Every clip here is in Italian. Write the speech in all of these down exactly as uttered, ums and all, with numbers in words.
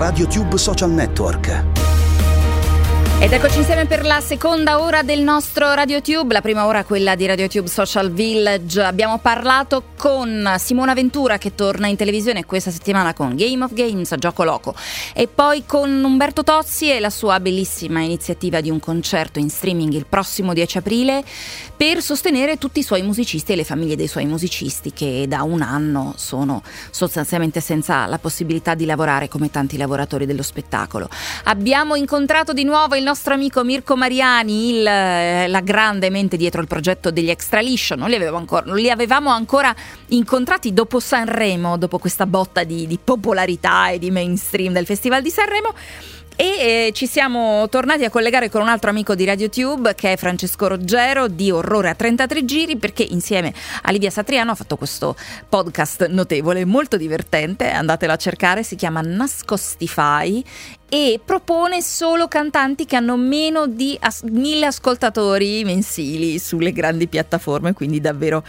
RadioTube Social Network. Ed eccoci insieme per la seconda ora del nostro RadioTube, la prima ora quella di RadioTube Social Village. Abbiamo parlato con Simona Ventura, che torna in televisione questa settimana con Game of Games, Gioco Loco, e poi con Umberto Tozzi e la sua bellissima iniziativa di un concerto in streaming il prossimo dieci aprile per sostenere tutti i suoi musicisti e le famiglie dei suoi musicisti, che da un anno sono sostanzialmente senza la possibilità di lavorare come tanti lavoratori dello spettacolo. Abbiamo incontrato di nuovo il nostro amico Mirko Mariani, il, la grande mente dietro il progetto degli Extra Liscio. Non li avevamo ancora, non li avevamo ancora incontrati dopo Sanremo, dopo questa botta di, di popolarità e di mainstream del Festival di Sanremo. E eh, ci siamo tornati a collegare con un altro amico di RadioTube, che è Francesco Roggero di Orrore a trentatré giri, perché insieme a Livia Satriano ha fatto questo podcast notevole, molto divertente, andatelo a cercare, si chiama Nascostify e propone solo cantanti che hanno meno di as- mille ascoltatori mensili sulle grandi piattaforme, quindi davvero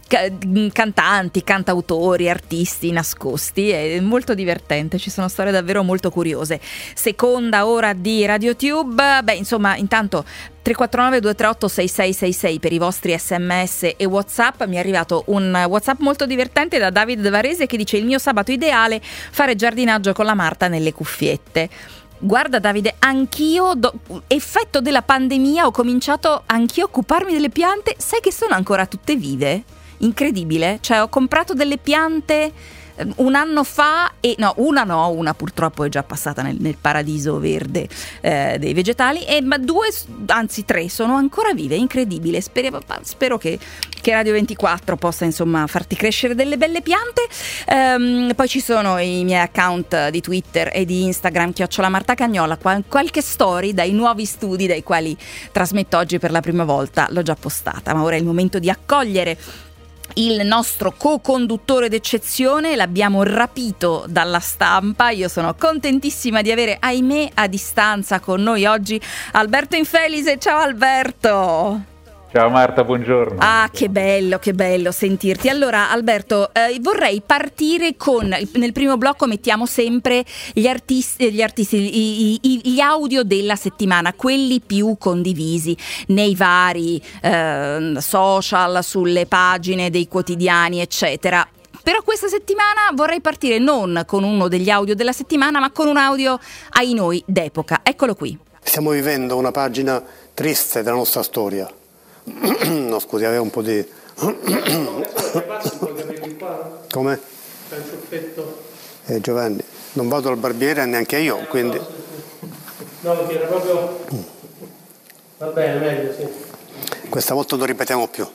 cantanti, cantautori, artisti nascosti. È molto divertente, ci sono storie davvero molto curiose. Seconda ora di RadioTube. Beh, insomma, intanto tre quattro nove due tre otto sei sei sei sei per i vostri sms e WhatsApp. Mi è arrivato un WhatsApp molto divertente da David Varese che dice: il mio sabato ideale, fare giardinaggio con la Marta nelle cuffiette. Guarda Davide, anch'io, do, effetto della pandemia, ho cominciato anch'io a occuparmi delle piante. Sai che sono ancora tutte vive? Incredibile, cioè ho comprato delle piante un anno fa e no, una no, una purtroppo è già passata nel, nel paradiso verde eh, dei vegetali, e ma due, anzi tre, sono ancora vive. Incredibile. Spero, spero che, che Radio ventiquattro possa insomma farti crescere delle belle piante. Um, poi ci sono i miei account di Twitter e di Instagram, chiocciola Marta Cagnola, qual- qualche story dai nuovi studi dai quali trasmetto oggi per la prima volta, l'ho già postata, ma ora è il momento di accogliere il nostro co-conduttore d'eccezione. L'abbiamo rapito dalla stampa. Io sono contentissima di avere, ahimè, a distanza con noi oggi Alberto Infelise. Ciao Alberto. Ciao Marta, buongiorno. Ah, che bello, che bello sentirti. Allora Alberto, eh, vorrei partire con, nel primo blocco mettiamo sempre gli artisti, gli, artisti i, i, gli audio della settimana, quelli più condivisi nei vari eh, social, sulle pagine dei quotidiani, eccetera. Però questa settimana vorrei partire non con uno degli audio della settimana, ma con un audio ai noi d'epoca. Eccolo qui. Stiamo vivendo una pagina triste della nostra storia. No, scusi, aveva un po' di... Come? Eh, Giovanni, non vado al barbiere neanche io, quindi... No, perché era proprio... Va bene, meglio, sì. Questa volta non ripetiamo più.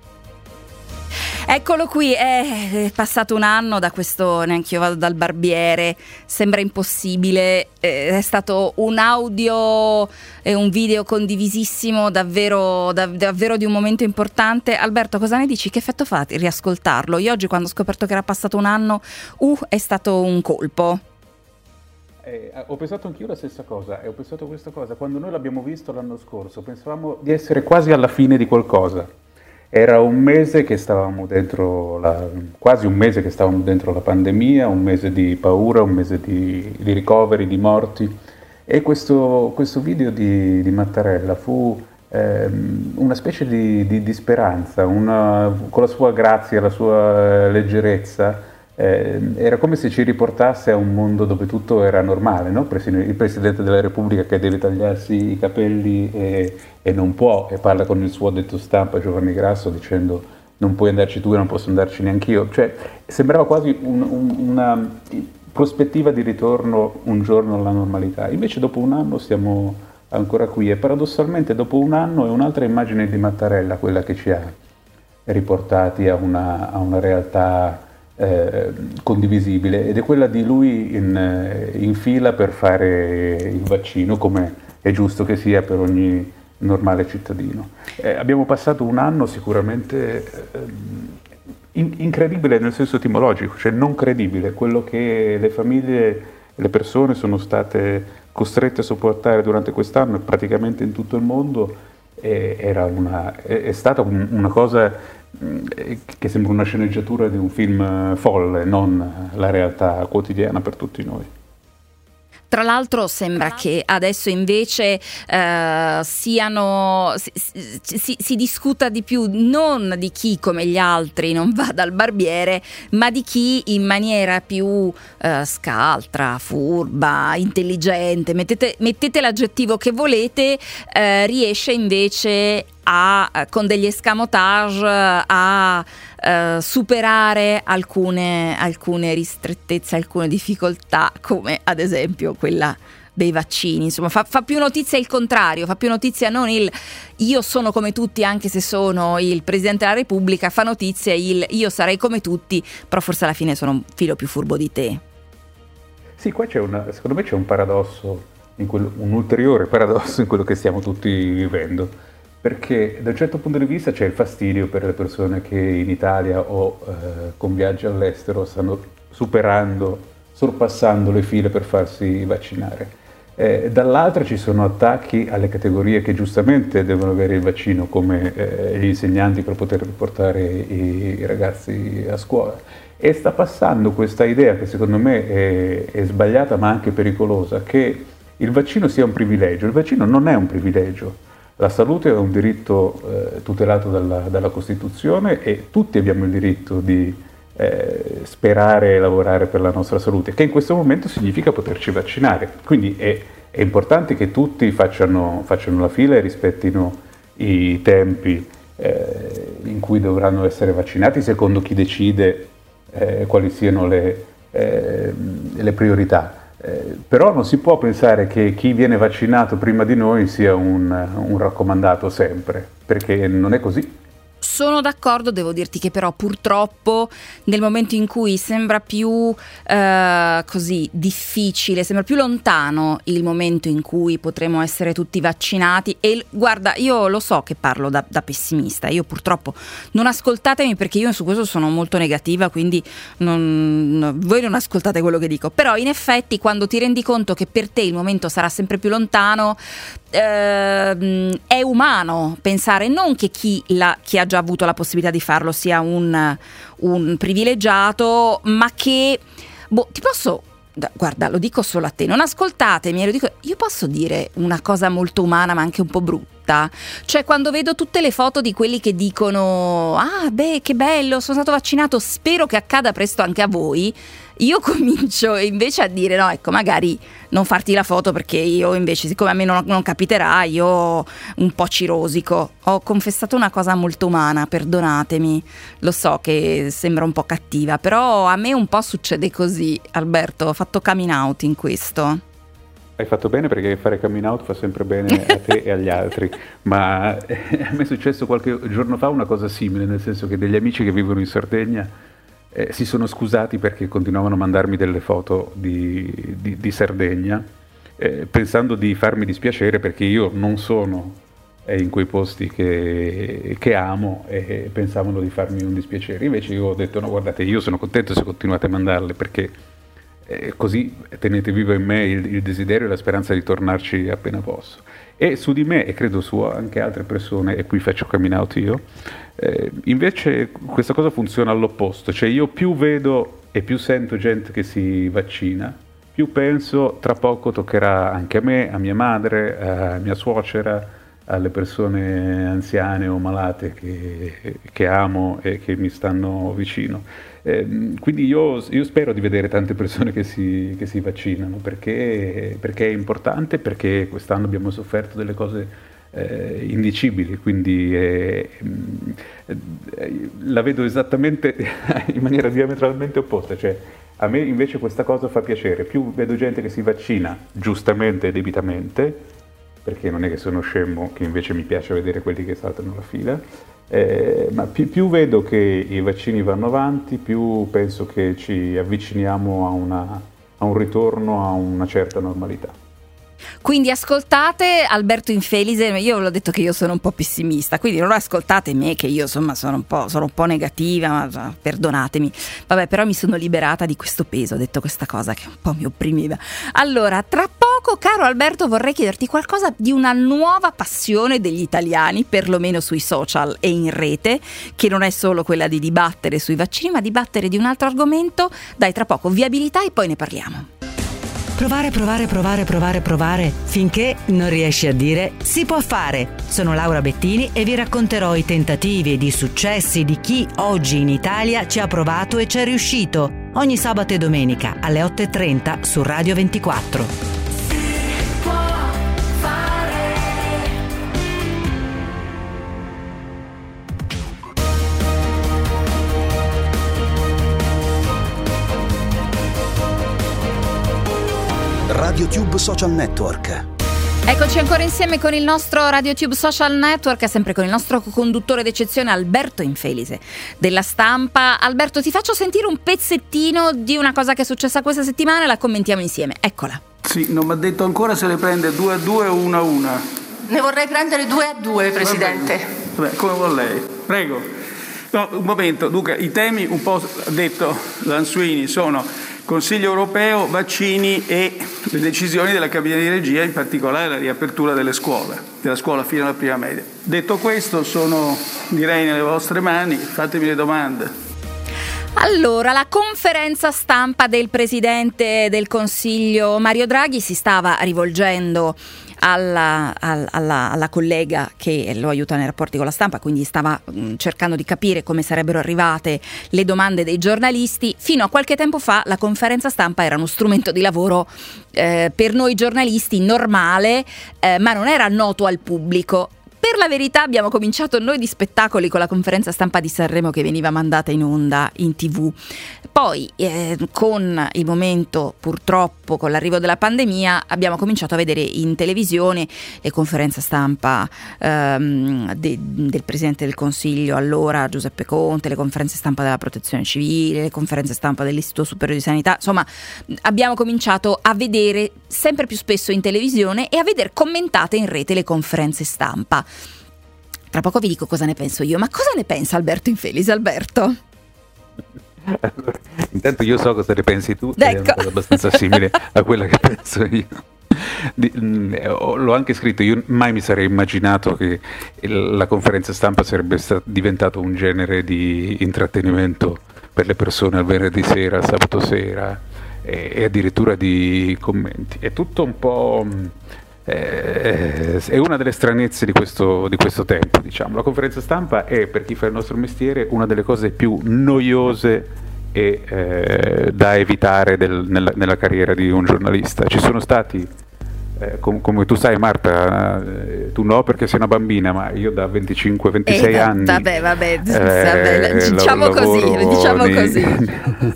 Eccolo qui, è passato un anno da questo, neanche io vado dal barbiere, sembra impossibile, è stato un audio e un video condivisissimo, davvero, dav- davvero di un momento importante. Alberto, cosa ne dici? Che effetto fa riascoltarlo? Io oggi, quando ho scoperto che era passato un anno, uh, è stato un colpo. Eh, ho pensato anch'io la stessa cosa, e ho pensato questa cosa, quando noi l'abbiamo visto l'anno scorso, pensavamo di essere quasi alla fine di qualcosa. Era un mese che stavamo dentro, la, quasi un mese che stavamo dentro la pandemia, un mese di paura, un mese di, di ricoveri, di morti, e questo, questo video di, di Mattarella fu ehm, una specie di, di, di speranza, una, con la sua grazia, la sua leggerezza, eh, era come se ci riportasse a un mondo dove tutto era normale, no? Il Presidente della Repubblica che deve tagliarsi i capelli e, e non può, e parla con il suo addetto stampa Giovanni Grasso dicendo: non puoi andarci tu e non posso andarci neanche io. Cioè, sembrava quasi un, un, una prospettiva di ritorno un giorno alla normalità. Invece dopo un anno siamo ancora qui, e paradossalmente dopo un anno è un'altra immagine di Mattarella quella che ci ha riportati a una, a una realtà Eh, condivisibile, ed è quella di lui in, in fila per fare il vaccino, come è giusto che sia per ogni normale cittadino. Eh, abbiamo passato un anno sicuramente eh, in, incredibile nel senso etimologico, cioè non credibile, quello che le famiglie e le persone sono state costrette a sopportare durante quest'anno praticamente in tutto il mondo. Eh, era una, è, è stata un, una cosa che sembra una sceneggiatura di un film folle, non la realtà quotidiana per tutti noi. Tra l'altro sembra che adesso invece eh, siano si, si, si discuta di più non di chi come gli altri non va dal barbiere, ma di chi in maniera più eh, scaltra, furba, intelligente, mettete, mettete l'aggettivo che volete, eh, riesce invece a, con degli escamotage a eh, superare alcune, alcune ristrettezze, alcune difficoltà, come ad esempio quella dei vaccini. Insomma, fa, fa più notizia il contrario, fa più notizia non il io sono come tutti anche se sono il Presidente della Repubblica, fa notizia il io sarei come tutti, però forse alla fine sono un filo più furbo di te. Sì, qua c'è una, secondo me c'è un paradosso, in quello, un ulteriore paradosso in quello che stiamo tutti vivendo. Perché da un certo punto di vista c'è il fastidio per le persone che in Italia o eh, con viaggi all'estero stanno superando, sorpassando le file per farsi vaccinare. Eh, dall'altra ci sono attacchi alle categorie che giustamente devono avere il vaccino, come eh, gli insegnanti per poter portare i, i ragazzi a scuola. E sta passando questa idea che secondo me è, è sbagliata ma anche pericolosa, che il vaccino sia un privilegio. Il vaccino non è un privilegio. La salute è un diritto eh, tutelato dalla, dalla Costituzione e tutti abbiamo il diritto di eh, sperare e lavorare per la nostra salute, che in questo momento significa poterci vaccinare. Quindi è, è importante che tutti facciano, facciano la fila e rispettino i tempi eh, in cui dovranno essere vaccinati, secondo chi decide eh, quali siano le, eh, le priorità. Eh, però non si può pensare che chi viene vaccinato prima di noi sia un, un raccomandato sempre, perché non è così. Sono d'accordo, devo dirti che però purtroppo nel momento in cui sembra più eh, così difficile, sembra più lontano il momento in cui potremo essere tutti vaccinati, e guarda, io lo so che parlo da, da pessimista, io purtroppo non ascoltatemi perché io su questo sono molto negativa, quindi non, voi non ascoltate quello che dico, però in effetti quando ti rendi conto che per te il momento sarà sempre più lontano, eh, è umano pensare non che chi, la, chi ha già avuto la possibilità di farlo sia un, un privilegiato, ma che boh, ti posso guarda, lo dico solo a te, non ascoltatemi, lo dico, io posso dire una cosa molto umana ma anche un po' brutta, cioè quando vedo tutte le foto di quelli che dicono ah beh che bello, sono stato vaccinato, spero che accada presto anche a voi, io comincio invece a dire no, ecco, magari non farti la foto perché io invece, siccome a me non, non capiterà, io un po' ci rosico. Ho confessato una cosa molto umana, perdonatemi, lo so che sembra un po' cattiva, però a me un po' succede così, Alberto, ho fatto coming out in questo. Hai fatto bene, perché fare coming out fa sempre bene a te e agli altri, ma a me è successo qualche giorno fa una cosa simile, nel senso che degli amici che vivono in Sardegna Eh, si sono scusati perché continuavano a mandarmi delle foto di, di, di Sardegna, eh, pensando di farmi dispiacere perché io non sono eh, in quei posti che, che amo, e pensavano di farmi un dispiacere. Invece io ho detto no, guardate, io sono contento se continuate a mandarle, perché eh, così tenete vivo in me il, il desiderio e la speranza di tornarci appena posso. E su di me, e credo su anche altre persone, e qui faccio coming out io, eh, invece questa cosa funziona all'opposto, cioè io più vedo e più sento gente che si vaccina, più penso tra poco toccherà anche a me, a mia madre, a mia suocera, alle persone anziane o malate che, che amo e che mi stanno vicino. Eh, quindi io, io spero di vedere tante persone che si, che si vaccinano, perché, perché è importante, perché quest'anno abbiamo sofferto delle cose eh, indicibili, quindi eh, eh, la vedo esattamente in maniera diametralmente opposta, cioè a me invece questa cosa fa piacere, più vedo gente che si vaccina giustamente e debitamente, perché non è che sono scemo, che invece mi piace vedere quelli che saltano la fila, eh, ma più, più vedo che i vaccini vanno avanti, più penso che ci avviciniamo a, una, a un ritorno a una certa normalità. Quindi ascoltate Alberto Infelise, io l'ho detto che io sono un po' pessimista, quindi non ascoltate me che io insomma sono un po', sono un po' negativa, ma perdonatemi, vabbè, però mi sono liberata di questo peso, ho detto questa cosa che un po' mi opprimeva. Allora, tra poco, caro Alberto, vorrei chiederti qualcosa di una nuova passione degli italiani, perlomeno sui social e in rete, che non è solo quella di dibattere sui vaccini, ma dibattere di un altro argomento. Dai, tra poco viabilità e poi ne parliamo. Provare, provare, provare, provare, provare, finché non riesci a dire si può fare. Sono Laura Bettini e vi racconterò i tentativi ed i successi di chi oggi in Italia ci ha provato e ci è riuscito. Ogni sabato e domenica alle otto e trenta su Radio ventiquattro. RadioTube Social Network. Eccoci ancora insieme con il nostro RadioTube Social Network, sempre con il nostro conduttore d'eccezione Alberto Infelise della Stampa. Alberto, ti faccio sentire un pezzettino di una cosa che è successa questa settimana e la commentiamo insieme. Eccola. Sì, non mi ha detto ancora se le prende due a due o una a una. Ne vorrei prendere due a due, Presidente. Vabbè, vabbè, come vuol lei. Prego. No, un momento, Luca, i temi un po', ha detto Lanzuini, sono Consiglio europeo, vaccini e le decisioni della cabina di regia, in particolare la riapertura delle scuole, della scuola fino alla prima media. Detto questo, sono direi nelle vostre mani, fatemi le domande. Allora, la conferenza stampa del Presidente del Consiglio Mario Draghi si stava rivolgendo alla, alla, alla collega che lo aiuta nei rapporti con la stampa, quindi stava mh, cercando di capire come sarebbero arrivate le domande dei giornalisti. Fino a qualche tempo fa la conferenza stampa era uno strumento di lavoro eh, per noi giornalisti normale, eh, ma non era noto al pubblico. Per la verità abbiamo cominciato noi di spettacoli con la conferenza stampa di Sanremo che veniva mandata in onda in tv. Poi eh, con il momento, purtroppo, con l'arrivo della pandemia, abbiamo cominciato a vedere in televisione le conferenze stampa ehm, de, del Presidente del Consiglio, allora Giuseppe Conte, le conferenze stampa della Protezione Civile, le conferenze stampa dell'Istituto Superiore di Sanità. Insomma, abbiamo cominciato a vedere sempre più spesso in televisione e a vedere commentate in rete le conferenze stampa. Tra poco vi dico cosa ne penso io, ma cosa ne pensa Alberto Infelise? Alberto? Allora, intanto io so cosa ne pensi tu, ecco. È una cosa abbastanza simile a quella che penso io. Di, mh, l'ho anche scritto, io mai mi sarei immaginato che il, la conferenza stampa sarebbe sta, diventato un genere di intrattenimento per le persone al venerdì sera, al sabato sera e, e addirittura di commenti. È tutto un po'... Mh, è una delle stranezze di questo, di questo tempo, diciamo. La conferenza stampa è, per chi fa il nostro mestiere, una delle cose più noiose e eh, da evitare del, nella, nella carriera di un giornalista. Ci sono stati, eh, com- come tu sai Marta, eh, tu no perché sei una bambina, ma io da venticinque ventisei eh, anni vabbè vabbè, eh, vabbè diciamo lav- così diciamo nei, così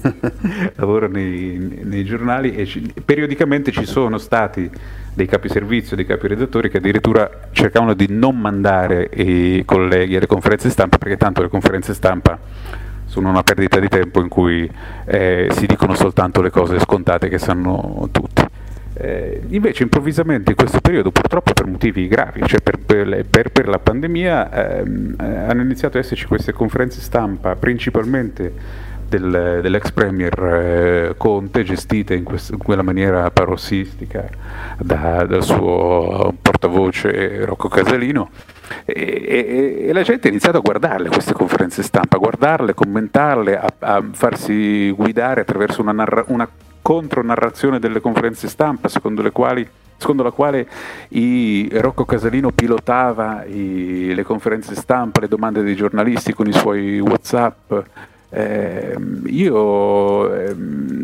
lavoro nei, nei giornali e ci, periodicamente ci sono stati dei capi servizio, dei capi redattori che addirittura cercavano di non mandare i colleghi alle conferenze stampa perché tanto le conferenze stampa sono una perdita di tempo in cui eh, si dicono soltanto le cose scontate che sanno tutti. Eh, invece improvvisamente in questo periodo, purtroppo per motivi gravi, cioè per, per, per, per la pandemia, ehm, eh, hanno iniziato ad esserci queste conferenze stampa principalmente Del, dell'ex premier eh, Conte, gestite in, quest- in quella maniera parossistica da, dal suo portavoce Rocco Casalino e, e, e la gente ha iniziato a guardarle queste conferenze stampa, a guardarle, commentarle, a, a farsi guidare attraverso una, narra- una contronarrazione delle conferenze stampa secondo le quali secondo la quale i Rocco Casalino pilotava i, le conferenze stampa, le domande dei giornalisti con i suoi WhatsApp. Eh, io, eh,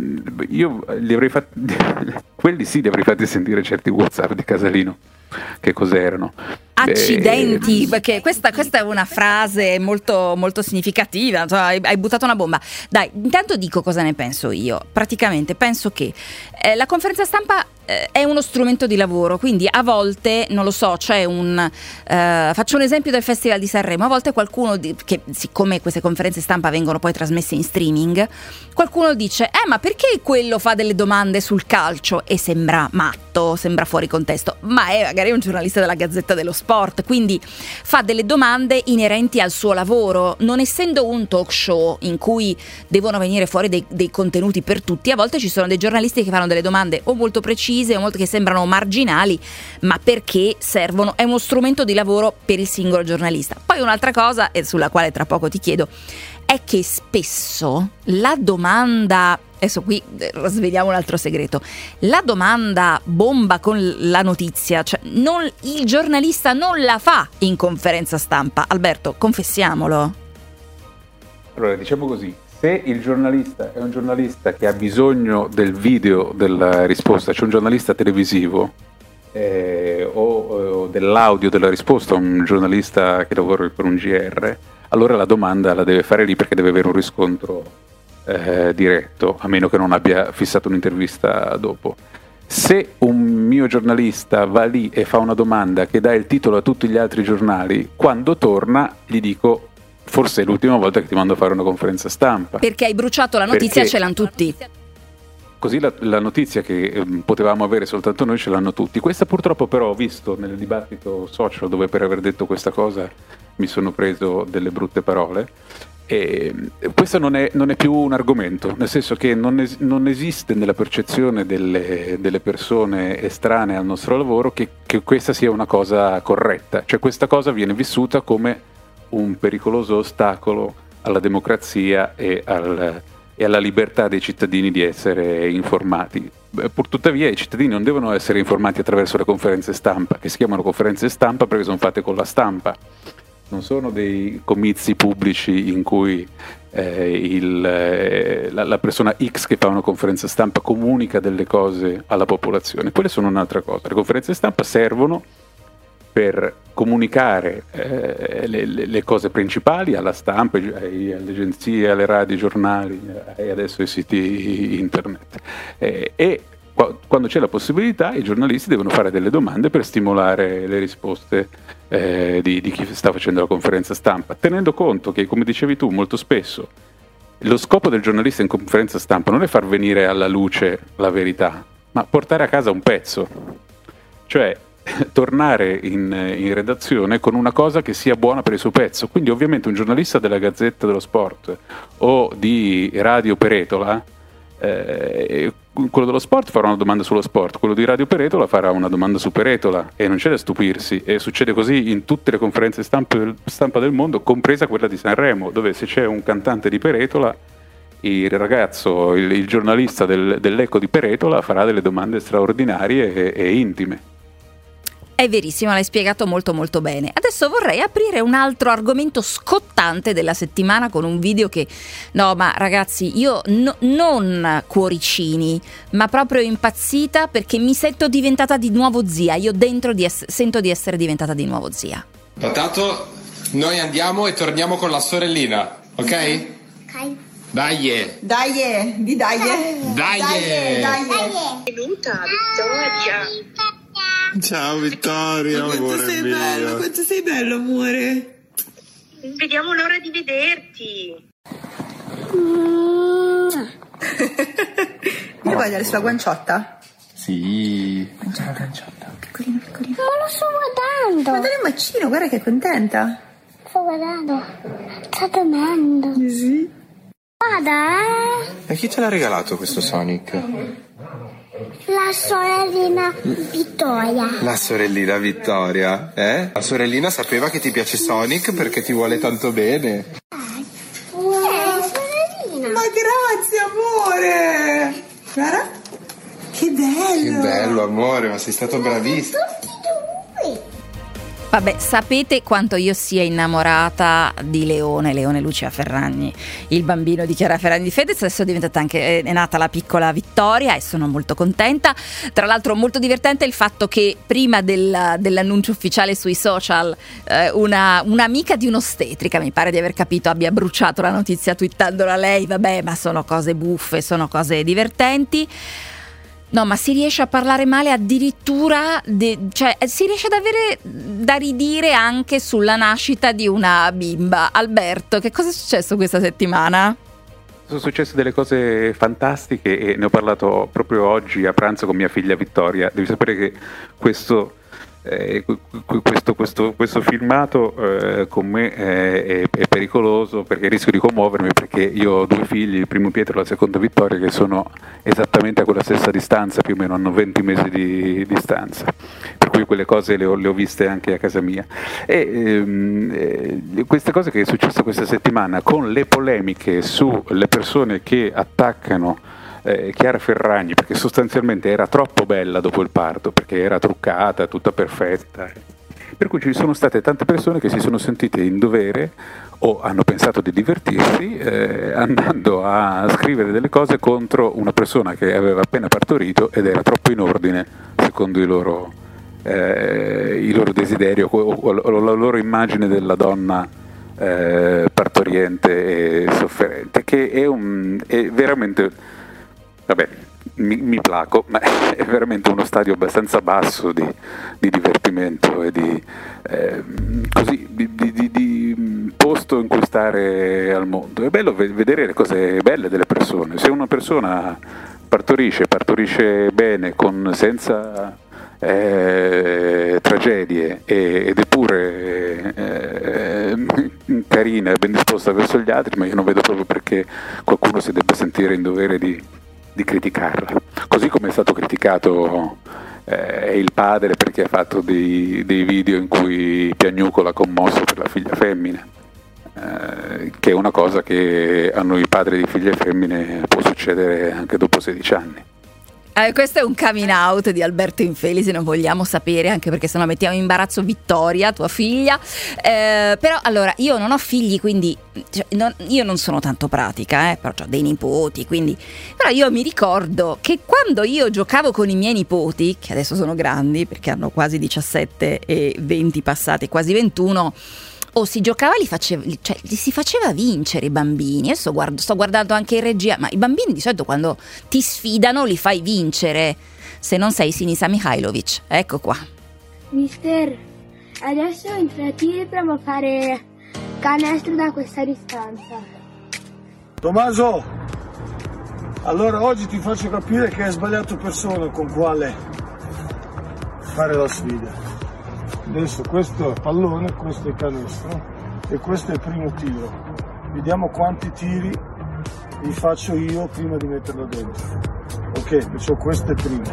io li avrei fatti, quelli sì li avrei fatti sentire certi WhatsApp di Casalino, che cos'erano. Accidenti, perché questa, questa è una frase molto, molto significativa, insomma, hai, hai buttato una bomba. Dai, intanto dico cosa ne penso io. Praticamente penso che eh, la conferenza stampa eh, è uno strumento di lavoro, quindi a volte, non lo so, c'è un eh, faccio un esempio del Festival di Sanremo, a volte qualcuno, di, che siccome queste conferenze stampa vengono poi trasmesse in streaming, qualcuno dice eh ma perché quello fa delle domande sul calcio e sembra matto, sembra fuori contesto, ma è magari un giornalista della Gazzetta dello Sport, quindi fa delle domande inerenti al suo lavoro. Non essendo un talk show in cui devono venire fuori dei, dei contenuti per tutti, a volte ci sono dei giornalisti che fanno delle domande o molto precise o molto che sembrano marginali, ma perché servono, è uno strumento di lavoro per il singolo giornalista. Poi un'altra cosa, e sulla quale tra poco ti chiedo, è che spesso la domanda, adesso qui sveliamo un altro segreto, la domanda bomba con la notizia, cioè non, il giornalista non la fa in conferenza stampa. Alberto, confessiamolo. Allora, diciamo così, se il giornalista è un giornalista che ha bisogno del video della risposta, cioè un giornalista televisivo, eh, o, o dell'audio della risposta, un giornalista che lavora per un G R, allora la domanda la deve fare lì perché deve avere un riscontro eh, diretto, a meno che non abbia fissato un'intervista dopo. Se un mio giornalista va lì e fa una domanda che dà il titolo a tutti gli altri giornali, quando torna gli dico: forse è l'ultima volta che ti mando a fare una conferenza stampa. Perché hai bruciato la notizia, Perché ce l'hanno tutti. Così la, la notizia che eh, potevamo avere soltanto noi ce l'hanno tutti. Questa purtroppo però ho visto nel dibattito social, dove per aver detto questa cosa mi sono preso delle brutte parole, e questo non è, non è più un argomento, nel senso che non, es- non esiste nella percezione delle, delle persone estranee al nostro lavoro che, che questa sia una cosa corretta. Cioè questa cosa viene vissuta come un pericoloso ostacolo alla democrazia e, al, e alla libertà dei cittadini di essere informati. Purtuttavia i cittadini non devono essere informati attraverso le conferenze stampa, che si chiamano conferenze stampa perché sono fatte con la stampa, non sono dei comizi pubblici in cui eh, il, eh, la, la persona X che fa una conferenza stampa comunica delle cose alla popolazione. Quelle sono un'altra cosa. Le conferenze stampa servono per comunicare eh, le, le, le cose principali alla stampa, ai, alle agenzie, alle radio, ai giornali e adesso ai siti internet. Eh, e qua, quando c'è la possibilità, i giornalisti devono fare delle domande per stimolare le risposte eh, di, di chi sta facendo la conferenza stampa, tenendo conto che, come dicevi tu, molto spesso lo scopo del giornalista in conferenza stampa non è far venire alla luce la verità, ma portare a casa un pezzo. Cioè tornare in, in redazione con una cosa che sia buona per il suo pezzo. Quindi ovviamente un giornalista della Gazzetta dello Sport o di Radio Peretola, eh, quello dello sport farà una domanda sullo sport, quello di Radio Peretola farà una domanda su Peretola, e non c'è da stupirsi, e succede così in tutte le conferenze stampa, stampa del mondo, compresa quella di Sanremo, dove se c'è un cantante di Peretola, il ragazzo, il, il giornalista del, dell'Eco di Peretola farà delle domande straordinarie e, e intime. È verissimo, l'hai spiegato molto molto bene. Adesso vorrei aprire un altro argomento scottante della settimana con un video che, no ma ragazzi, io no, non cuoricini, ma proprio impazzita perché mi sento diventata di nuovo zia. Io dentro di ess- sento di essere diventata di nuovo zia. Patato, noi andiamo e torniamo con la sorellina, ok? Ok. Dai! Dai, di dai! Dai! Venuta, Vittoria! Ciao Vittoria, amore quanto sei mio. bello, quanto sei bello, amore. Vediamo l'ora di vederti. Mi voglio la sua guanciotta? Sì. Guanciotta, guanciotta. Piccolino, piccolino. Ma lo sto guardando. Guarda il bacino, guarda che è contenta. Sto guardando. Sta dormendo. Sì. Guarda, eh. E chi te l'ha regalato questo Sonic? La sorellina Vittoria. La sorellina Vittoria, eh? La sorellina sapeva che ti piace Sonic perché ti vuole tanto bene. Wow. Eh, sorellina. Ma grazie, amore. Guarda. Che bello. Che bello, amore, ma sei stato bravissimo. Vabbè, sapete quanto io sia innamorata di Leone, Leone Lucia Ferragni, il bambino di Chiara Ferragni di Fedez. Adesso è diventata anche, è nata la piccola Vittoria e sono molto contenta. Tra l'altro molto divertente il fatto che prima del, dell'annuncio ufficiale sui social eh, una, un'amica di un'ostetrica, mi pare di aver capito, abbia bruciato la notizia twittandola lei. Vabbè, ma sono cose buffe, sono cose divertenti. No, ma si riesce a parlare male addirittura, de, cioè si riesce ad avere da ridire anche sulla nascita di una bimba. Alberto, che cosa è successo questa settimana? Sono successe delle cose fantastiche e ne ho parlato proprio oggi a pranzo con mia figlia Vittoria. Devi sapere che questo... Eh, questo, questo, questo filmato eh, con me è, è, è pericoloso perché rischio di commuovermi, perché io ho due figli, il primo Pietro e la seconda Vittoria, che sono esattamente a quella stessa distanza, più o meno hanno venti mesi di distanza, per cui poi quelle cose le ho, le ho viste anche a casa mia. E ehm, eh, queste cose che è successo questa settimana, con le polemiche sulle persone che attaccano eh, Chiara Ferragni, perché sostanzialmente era troppo bella dopo il parto, perché era truccata, tutta perfetta, per cui ci sono state tante persone che si sono sentite in dovere o hanno pensato di divertirsi eh, andando a scrivere delle cose contro una persona che aveva appena partorito ed era troppo in ordine secondo i loro, eh, i loro desideri o, o, o la loro immagine della donna eh, partoriente e sofferente, che è, un, è veramente, vabbè, mi, mi placo, ma è veramente uno stadio abbastanza basso di, di divertimento e di, eh, così, di, di, di, di posto in cui stare al mondo. È bello vedere le cose belle delle persone. Se una persona partorisce, partorisce bene, con, senza eh, tragedie e, ed è pure eh, carina e ben disposta verso gli altri, ma io non vedo proprio perché qualcuno si debba sentire in dovere di di criticarla, così come è stato criticato eh, il padre perché ha fatto dei, dei video in cui piagnucola commosso per la figlia femmina, eh, che è una cosa che a noi padri di figlie femmine può succedere anche dopo sedici anni. Eh, questo è un coming out di Alberto Infeli, se non vogliamo sapere, anche perché sennò mettiamo in imbarazzo Vittoria, tua figlia. Eh, però allora, io non ho figli, quindi cioè, non, io non sono tanto pratica, eh, però ho dei nipoti, quindi. Però io mi ricordo che quando io giocavo con i miei nipoti, che adesso sono grandi perché hanno quasi diciassette e venti passati, quasi ventuno, o si giocava, li, faceva, cioè, li si faceva vincere i bambini. Adesso guardo, sto guardando anche in regia, ma i bambini di solito quando ti sfidano li fai vincere, se non sei Sinisa Mihajlovic. Ecco qua. Mister, adesso entro a tiro e provo a fare canestro da questa distanza. Tommaso, allora oggi ti faccio capire che hai sbagliato persona con quale fare la sfida. Adesso questo è il pallone, questo è il canestro e questo è il primo tiro. Vediamo quanti tiri li faccio io prima di metterlo dentro. Ok, perciò questo è il primo.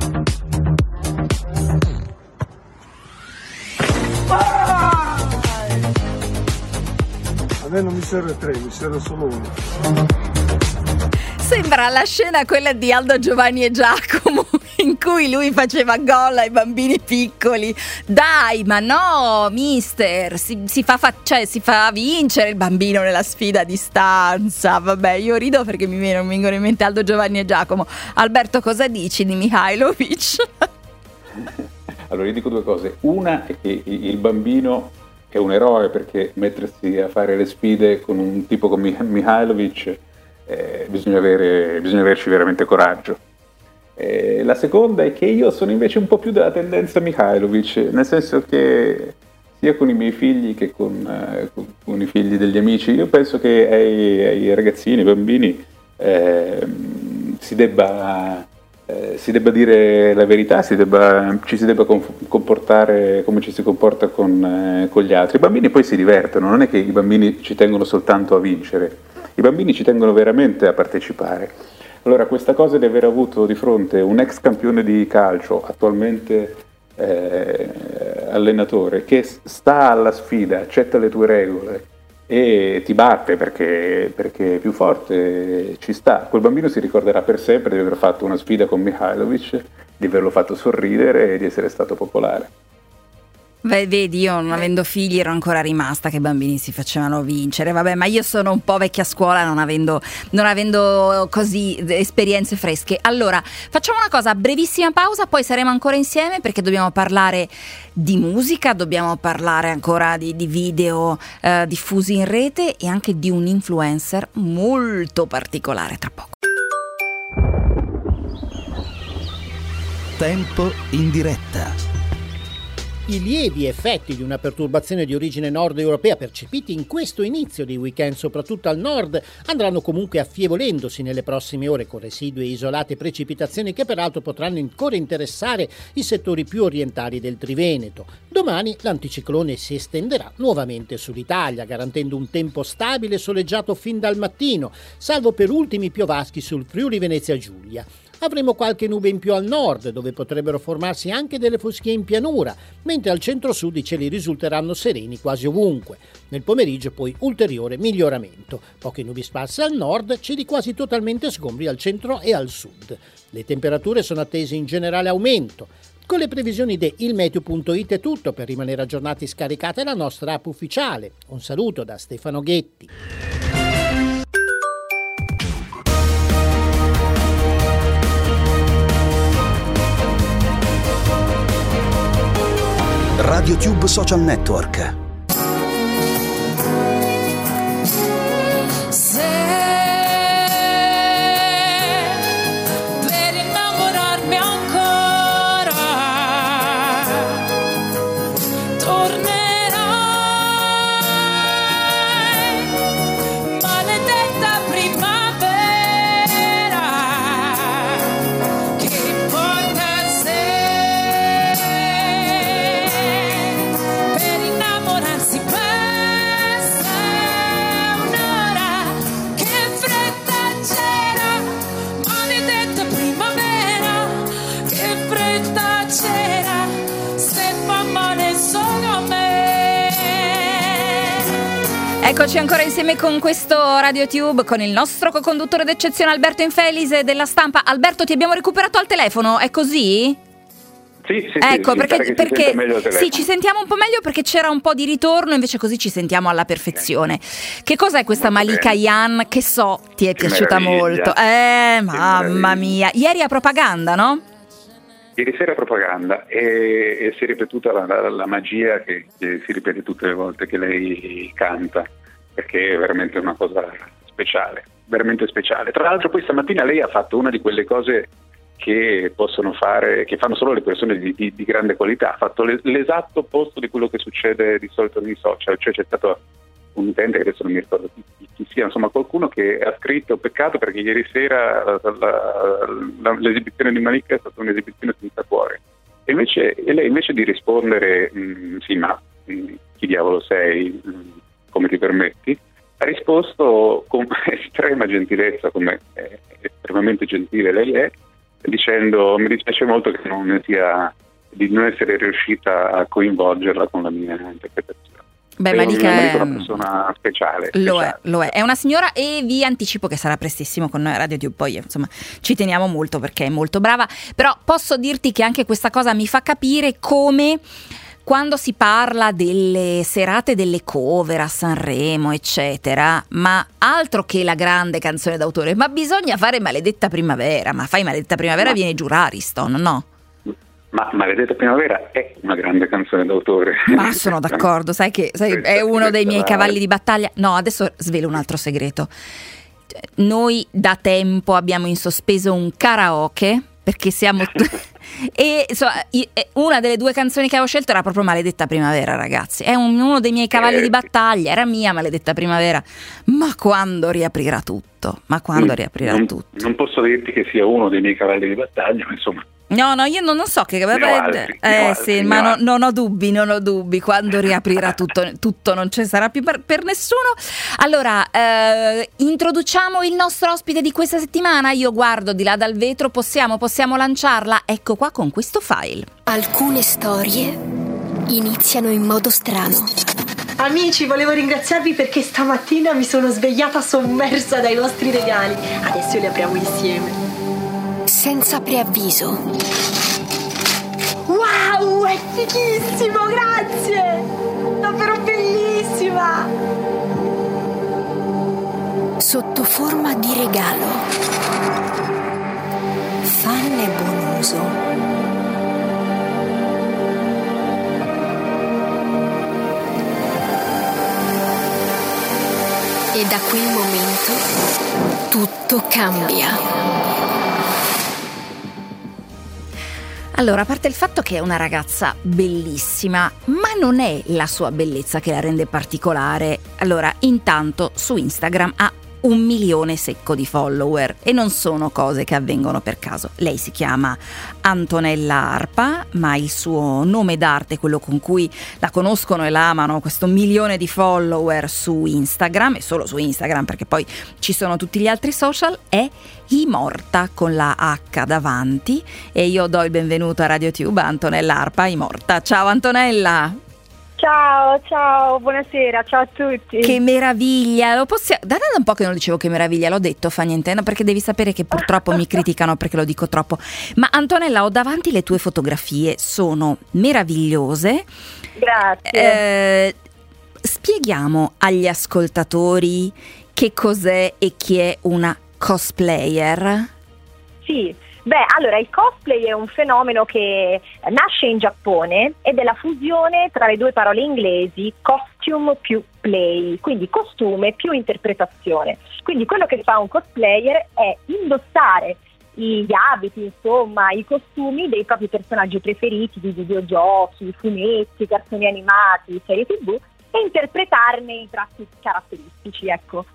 A me non mi serve tre, mi serve solo uno. Sembra la scena quella di Aldo, Giovanni e Giacomo in cui lui faceva gol ai bambini piccoli. Dai, ma no, mister, si, si, fa, fa, cioè, si fa vincere il bambino nella sfida a distanza. Vabbè, io rido perché mi vengono in mente Aldo, Giovanni e Giacomo. Alberto, cosa dici di Mihajlovic? Allora, io dico due cose. Una è che il bambino è un eroe, perché mettersi a fare le sfide con un tipo come Mihajlovic Eh, bisogna, avere, bisogna averci veramente coraggio. Eh, la seconda è che io sono invece un po' più della tendenza Mihajlovic, nel senso che sia con i miei figli che con, eh, con, con i figli degli amici, io penso che ai, ai ragazzini, ai bambini eh, si debba eh, si debba dire la verità, si debba, ci si debba comportare come ci si comporta con, eh, con gli altri. I bambini poi si divertono, non è che i bambini ci tengono soltanto a vincere. I bambini ci tengono veramente a partecipare. Allora, questa cosa di aver avuto di fronte un ex campione di calcio, attualmente eh, allenatore, che sta alla sfida, accetta le tue regole e ti batte perché, perché è più forte, ci sta. Quel bambino si ricorderà per sempre di aver fatto una sfida con Mihajlovic, di averlo fatto sorridere e di essere stato popolare. Beh, vedi, io non avendo figli ero ancora rimasta che i bambini si facevano vincere. Vabbè, ma io sono un po' vecchia scuola, non avendo, non avendo così esperienze fresche. Allora, facciamo una cosa, brevissima pausa, poi saremo ancora insieme perché dobbiamo parlare di musica, dobbiamo parlare ancora di, di video eh, diffusi in rete e anche di un influencer molto particolare tra poco. Tempo in diretta. I lievi effetti di una perturbazione di origine nord europea percepiti in questo inizio di weekend, soprattutto al nord, andranno comunque affievolendosi nelle prossime ore con residue e isolate precipitazioni che peraltro potranno ancora interessare i settori più orientali del Triveneto. Domani l'anticiclone si estenderà nuovamente sull'Italia, garantendo un tempo stabile e soleggiato fin dal mattino, salvo per ultimi piovaschi sul Friuli Venezia Giulia. avremo qualche nube in più al nord, dove potrebbero formarsi anche delle foschie in pianura, mentre al centro-sud i cieli risulteranno sereni quasi ovunque. Nel pomeriggio poi ulteriore miglioramento. Poche nubi sparse al nord, cieli quasi totalmente sgombri al centro e al sud. Le temperature sono attese in generale aumento. Con le previsioni di ilmeteo punto it è tutto. Per rimanere aggiornati scaricate la nostra app ufficiale. Un saluto da Stefano Ghetti. RadioTube Social Network. Eccoci ancora insieme con questo RadioTube, con il nostro co-conduttore d'eccezione Alberto Infelise della Stampa. Alberto, ti abbiamo recuperato al telefono, è così? Sì, sì, ecco, sì, perché, si perché sì, ci sentiamo un po' meglio perché c'era un po' di ritorno, invece così ci sentiamo alla perfezione. Che cos'è questa Molto Malika bene. Yan che so ti è Che piaciuta meraviglia. molto? Eh, Che mamma meraviglia. mia. Ieri a Propaganda, no? Ieri sera propaganda e, e si è ripetuta la, la, la magia che, che si ripete tutte le volte che lei canta, perché è veramente una cosa speciale, veramente speciale. Tra l'altro poi stamattina lei ha fatto una di quelle cose che possono fare, che fanno solo le persone di, di, di grande qualità, ha fatto le, l'esatto opposto di quello che succede di solito nei social, cioè c'è stato un utente, che adesso non mi ricordo chi, chi, chi sia, insomma qualcuno che ha scritto: peccato perché ieri sera la, la, la, l'esibizione di Malika è stata un'esibizione senza cuore. E invece e lei invece di rispondere mh, sì ma mh, chi diavolo sei, mh, come ti permetti, ha risposto con estrema gentilezza, come è estremamente gentile lei è, dicendo: mi dispiace molto che non sia, di non essere riuscita a coinvolgerla con la mia interpretazione. Beh, Malika è è una persona speciale, Lo speciale. è, lo è. È una signora e vi anticipo che sarà prestissimo con noi a RadioTube. Poi insomma ci teniamo molto perché è molto brava. Però posso dirti che anche questa cosa mi fa capire come quando si parla delle serate delle cover a Sanremo, eccetera, ma altro che la grande canzone d'autore, ma bisogna fare Maledetta Primavera. Ma fai Maledetta Primavera, Ma- viene giù Ariston, no? Ma Maledetta Primavera è una grande canzone d'autore. Ma sono d'accordo, sai che sai, è uno dei miei cavalli di battaglia. No, adesso svelo un altro segreto. Noi da tempo abbiamo in sospeso un karaoke perché siamo t- e insomma, i- e una delle due canzoni che avevo scelto era proprio Maledetta Primavera, ragazzi. È un- uno dei miei cavalli di battaglia, era mia Maledetta Primavera. Ma quando riaprirà tutto? Ma quando riaprirà non, tutto? non posso dirti che sia uno dei miei cavalli di battaglia, ma insomma. No, no, io non, non so che Ne ho altri, ne eh ho sì, altri, ne ma ho no- altri. non ho dubbi, non ho dubbi. Quando riaprirà tutto, tutto non ci sarà più per, per nessuno. Allora, eh, introduciamo il nostro ospite di questa settimana. Io guardo di là dal vetro, possiamo, possiamo lanciarla? Ecco qua con questo file. Alcune storie iniziano in modo strano. Amici, volevo ringraziarvi perché stamattina mi sono svegliata sommersa dai vostri regali. Adesso li apriamo insieme. Senza preavviso. Wow, è fighissimo, grazie! Davvero bellissima! Sotto forma di regalo. Fanne buon uso. E da quel momento tutto cambia. Allora, a parte il fatto che è una ragazza bellissima, ma non è la sua bellezza che la rende particolare. Allora, intanto su Instagram ha un milione secco di follower, e non sono cose che avvengono per caso. Lei si chiama Antonella Arpa, ma il suo nome d'arte, quello con cui la conoscono e la amano, questo milione di follower su Instagram, e solo su Instagram perché poi ci sono tutti gli altri social, è Imorta con la H davanti. E io do il benvenuto a RadioTube a Antonella Arpa, Imorta. Ciao Antonella! Ciao, ciao, buonasera, ciao a tutti. Che meraviglia, lo possiamo... Da da un po' che non dicevo che meraviglia, l'ho detto, fa niente, no, perché devi sapere che purtroppo mi criticano perché lo dico troppo. Ma Antonella, ho davanti le tue fotografie, sono meravigliose. Grazie. Eh, spieghiamo agli ascoltatori che cos'è e chi è una cosplayer? Sì. Beh, allora il cosplay è un fenomeno che nasce in Giappone ed è la fusione tra le due parole inglesi costume più play, quindi costume più interpretazione. Quindi quello che fa un cosplayer è indossare gli abiti, insomma, i costumi dei propri personaggi preferiti di videogiochi, fumetti, cartoni animati, serie tivù e interpretarne i tratti caratteristici, ecco.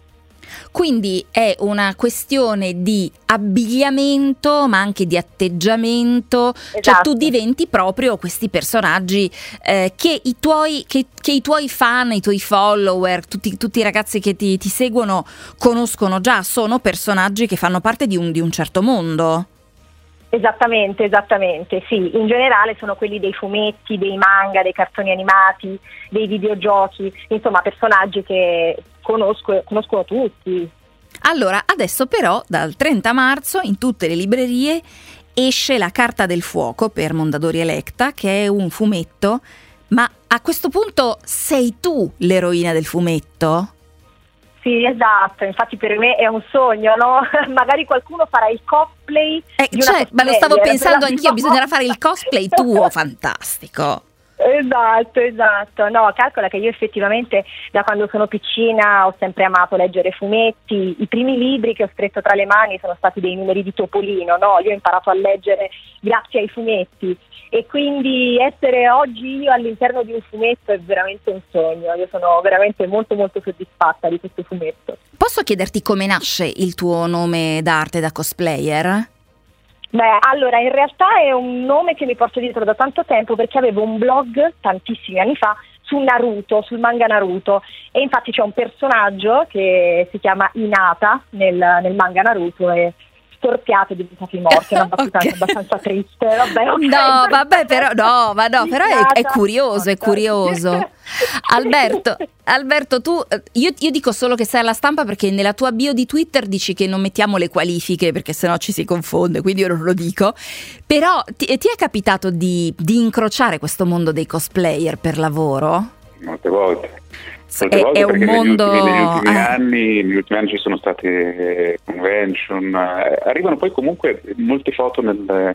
Quindi è una questione di abbigliamento ma anche di atteggiamento, esatto. Cioè tu diventi proprio questi personaggi eh, che, i tuoi, che, che i tuoi fan, i tuoi follower, tutti, tutti i ragazzi che ti, ti seguono conoscono già, sono personaggi che fanno parte di un, di un certo mondo. Esattamente, esattamente, sì, in generale sono quelli dei fumetti, dei manga, dei cartoni animati, dei videogiochi, insomma personaggi che conosco, conoscono tutti. Allora, adesso però dal trenta marzo in tutte le librerie esce La Carta del Fuoco per Mondadori Electa, che è un fumetto, ma a questo punto sei tu l'eroina del fumetto? Sì, esatto, infatti per me è un sogno, no? Magari qualcuno farà il cosplay eh, di cioè, una ma lo stavo pensando anch'io, no. Bisognerà fare il cosplay tuo, fantastico. Esatto, esatto. No, calcola che io effettivamente da quando sono piccina ho sempre amato leggere fumetti. I primi libri che ho stretto tra le mani sono stati dei numeri di Topolino, no? Io ho imparato a leggere grazie ai fumetti. E quindi essere oggi io all'interno di un fumetto è veramente un sogno. Io sono veramente molto molto soddisfatta di questo fumetto. Posso chiederti come nasce il tuo nome d'arte da cosplayer? Beh, allora in realtà è un nome che mi porto dietro da tanto tempo, perché avevo un blog tantissimi anni fa su Naruto, sul manga Naruto, e infatti c'è un personaggio che si chiama Hinata nel, nel manga Naruto e storpiato e diventati morti, è una battuta okay. abbastanza triste. Vabbè, okay. No, vabbè, però no, ma no, però è, è curioso, è curioso. Alberto, Alberto, tu, io, io dico solo che sei alla stampa perché nella tua bio di Twitter dici che non mettiamo le qualifiche perché sennò ci si confonde, quindi io non lo dico. Però ti, ti è capitato di, di incrociare questo mondo dei cosplayer per lavoro? Molte volte. È, è un mondo negli ultimi, negli ultimi eh. anni negli ultimi anni ci sono state convention, eh, arrivano poi comunque molte foto nel,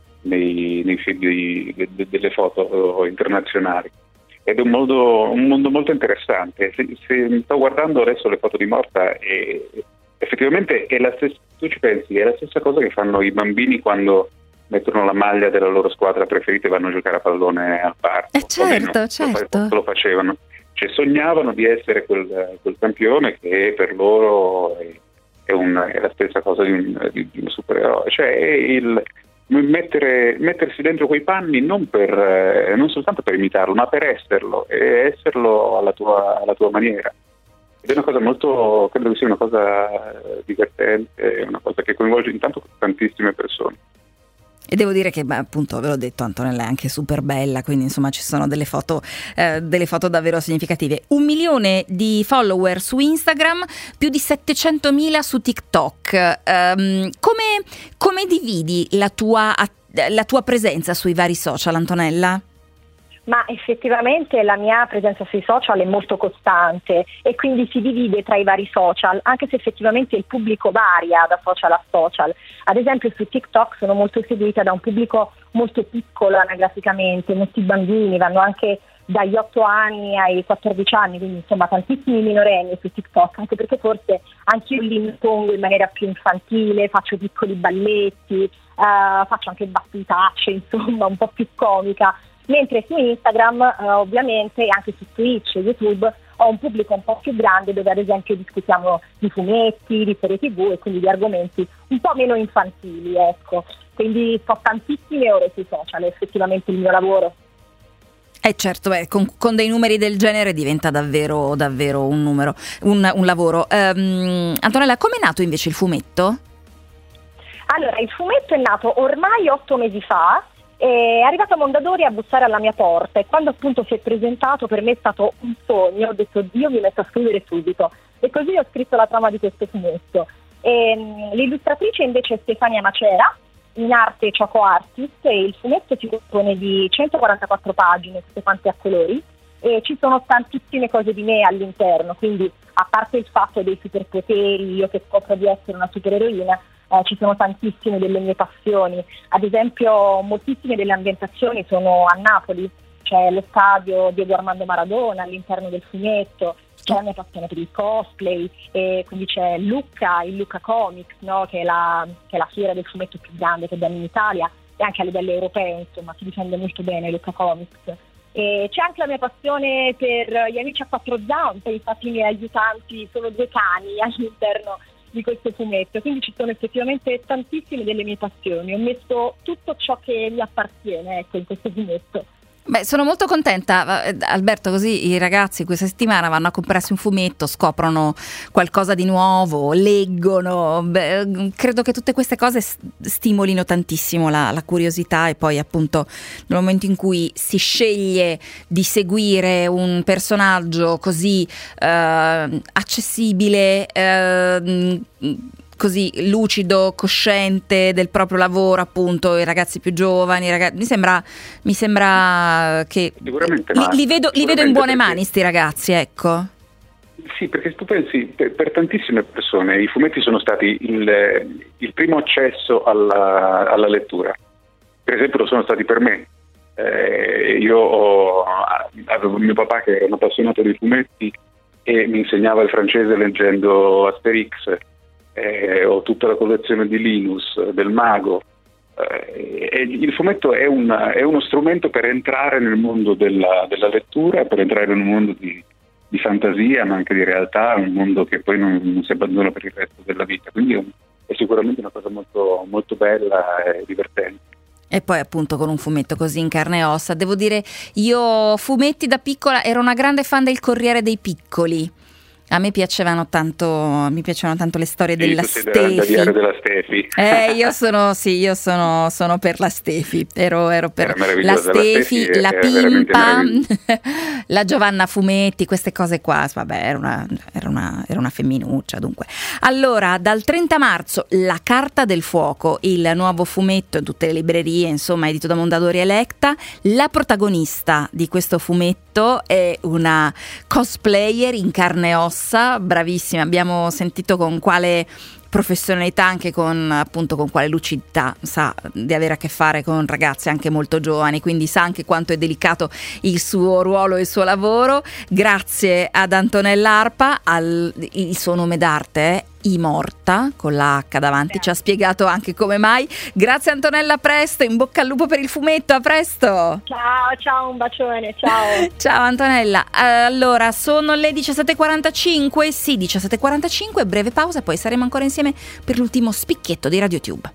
nei, nei feed di, de, delle foto internazionali ed è un mondo, un mondo molto interessante. Se, se sto guardando adesso le foto di Morta e effettivamente è la stessa, tu ci pensi, è la stessa cosa che fanno i bambini quando mettono la maglia della loro squadra preferita e vanno a giocare a pallone al parco. Eh certo, certo. Lo, lo facevano. Cioè sognavano di essere quel, quel campione che per loro è, è, un, è la stessa cosa di un, di, di un supereroe, cioè il mettere, mettersi dentro quei panni non, per, non soltanto per imitarlo, ma per esserlo e esserlo alla tua, alla tua maniera. Ed è una cosa molto, credo che sia una cosa divertente, una cosa che coinvolge intanto tantissime persone. E devo dire che, beh, appunto, ve l'ho detto, Antonella è anche super bella, quindi insomma ci sono delle foto, eh, delle foto davvero significative. Un milione di follower su Instagram, più di settecentomila su TikTok. Um, come, come dividi la tua, la tua presenza sui vari social, Antonella? Ma effettivamente la mia presenza sui social è molto costante e quindi si divide tra i vari social, anche se effettivamente il pubblico varia da social a social. Ad esempio su TikTok sono molto seguita da un pubblico molto piccolo anagraficamente, molti bambini, vanno anche dagli otto anni ai quattordici anni, quindi insomma tantissimi minorenni su TikTok, anche perché forse anch'io li impongo in maniera più infantile, faccio piccoli balletti, eh, faccio anche battutacce, insomma un po' più comica. Mentre su Instagram, eh, ovviamente, e anche su Twitch e YouTube, ho un pubblico un po' più grande dove ad esempio discutiamo di fumetti, di serie tv e quindi di argomenti un po' meno infantili, ecco. Quindi sto tantissime ore sui social, è effettivamente il mio lavoro. Eh certo, beh, con, con dei numeri del genere diventa davvero, davvero un numero, un, un lavoro. Um, Antonella, com'è nato invece il fumetto? Allora, il fumetto è nato ormai otto mesi fa, è arrivato a Mondadori a bussare alla mia porta e quando appunto si è presentato per me è stato un sogno, ho detto Dio, mi metto a scrivere subito e così ho scritto la trama di questo fumetto. E, l'illustratrice invece è Stefania Macera, in arte Choco Artist, e il fumetto si compone di centoquarantaquattro pagine, tutte quante a colori, e ci sono tantissime cose di me all'interno, quindi a parte il fatto dei superpoteri, io che scopro di essere una supereroina, eh, ci sono tantissime delle mie passioni. Ad esempio moltissime delle ambientazioni sono a Napoli, c'è lo stadio Diego Armando Maradona all'interno del fumetto, c'è la mia passione per il cosplay, e quindi c'è Lucca, il Lucca Comics, no? che, è la, che è la fiera del fumetto più grande che abbiamo in Italia e anche a livello europeo, insomma, si difende molto bene Lucca Comics. E c'è anche la mia passione per gli amici a quattro zampe, infatti i miei aiutanti sono due cani all'interno di questo fumetto, quindi ci sono effettivamente tantissime delle mie passioni, ho messo tutto ciò che mi appartiene, ecco, in questo fumetto. Beh, sono molto contenta, Alberto, così i ragazzi questa settimana vanno a comprarsi un fumetto, scoprono qualcosa di nuovo, leggono. Beh, credo che tutte queste cose stimolino tantissimo la, la curiosità e poi appunto nel momento in cui si sceglie di seguire un personaggio così eh, accessibile, eh, così lucido, cosciente del proprio lavoro, appunto, i ragazzi più giovani, i ragazzi, mi sembra mi sembra che sicuramente li, ma, li vedo li vedo in buone mani sti ragazzi, ecco. Sì, perché tu pensi, per, per tantissime persone i fumetti sono stati il, il primo accesso alla, alla lettura. Per esempio lo sono stati per me. Eh, io ho, avevo mio papà che era un appassionato di fumetti e mi insegnava il francese leggendo Asterix. Eh, ho tutta la collezione di Linus, del Mago, eh, e il fumetto è, un, è uno strumento per entrare nel mondo della, della lettura, per entrare in un mondo di, di fantasia ma anche di realtà, un mondo che poi non, non si abbandona per il resto della vita, quindi è, un, è sicuramente una cosa molto, molto bella e divertente. E poi appunto con un fumetto così in carne e ossa, devo dire, io fumetti da piccola ero una grande fan del Corriere dei Piccoli. A me piacevano tanto, mi piacevano tanto le storie sì, della Stefi. della Stefi. Eh, io sono, sì, io sono, sono per la Stefi. Ero, ero per la Stefi, la, la Pimpa, la Giovanna Fumetti, queste cose qua. Vabbè, era una, era una, era una femminuccia, dunque. Allora, dal trenta marzo, La Carta del Fuoco, il nuovo fumetto in tutte le librerie, insomma, edito da Mondadori Electa. La protagonista di questo fumetto è una cosplayer in carne e ossa, bravissima, abbiamo sentito con quale professionalità, anche con appunto con quale lucidità, sa di avere a che fare con ragazze anche molto giovani, quindi sa anche quanto è delicato il suo ruolo e il suo lavoro. Grazie ad Antonella Arpa, al, il suo nome d'arte è Imorta con la H davanti, ci ha spiegato anche come mai. Grazie Antonella, a presto, in bocca al lupo per il fumetto, a presto. Ciao, ciao, un bacione, ciao. Ciao Antonella. Allora, sono le diciassette e quarantacinque, sì, diciassette e quarantacinque, breve pausa e poi saremo ancora insieme per l'ultimo spicchietto di RadioTube.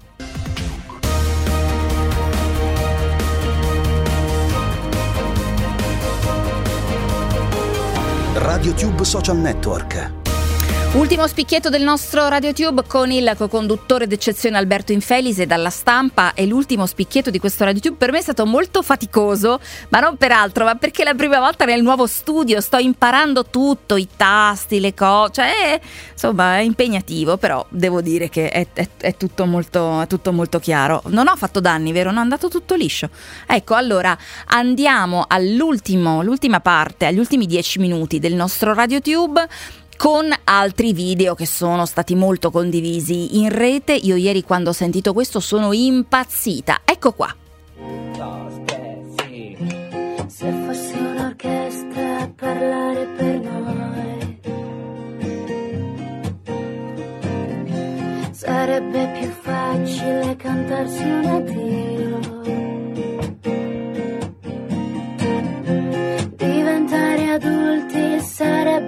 RadioTube Social Network. Ultimo spicchietto del nostro RadioTube con il co-conduttore d'eccezione Alberto Infelise dalla Stampa. E l'ultimo spicchietto di questo RadioTube per me è stato molto faticoso, ma non per altro, ma perché la prima volta nel nuovo studio sto imparando tutto, i tasti, le cose, cioè insomma è impegnativo, però devo dire che è, è, è, tutto molto, è tutto molto chiaro. Non ho fatto danni, vero? No, è andato tutto liscio. Ecco, allora andiamo all'ultimo, l'ultima parte, agli ultimi dieci minuti del nostro RadioTube, con altri video che sono stati molto condivisi in rete. Io ieri quando ho sentito questo sono impazzita. Ecco qua. Se fossi un'orchestra a parlare per noi, sarebbe più facile cantarsi un addio, diventare adulti sarebbe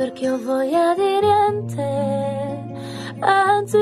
perché ho voglia di niente, anzi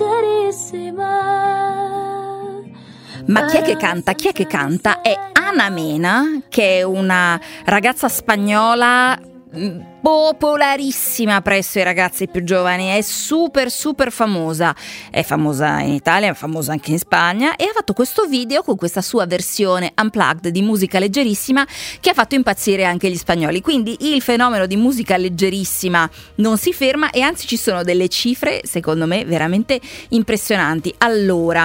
leggerissima. Ma chi è che canta? Chi è che canta? È Ana Mena, che è una ragazza spagnola popolarissima presso i ragazzi più giovani, è super super famosa, è famosa in Italia, è famosa anche in Spagna, e ha fatto questo video con questa sua versione unplugged di musica leggerissima che ha fatto impazzire anche gli spagnoli. Quindi il fenomeno di musica leggerissima non si ferma, e anzi ci sono delle cifre secondo me veramente impressionanti. Allora,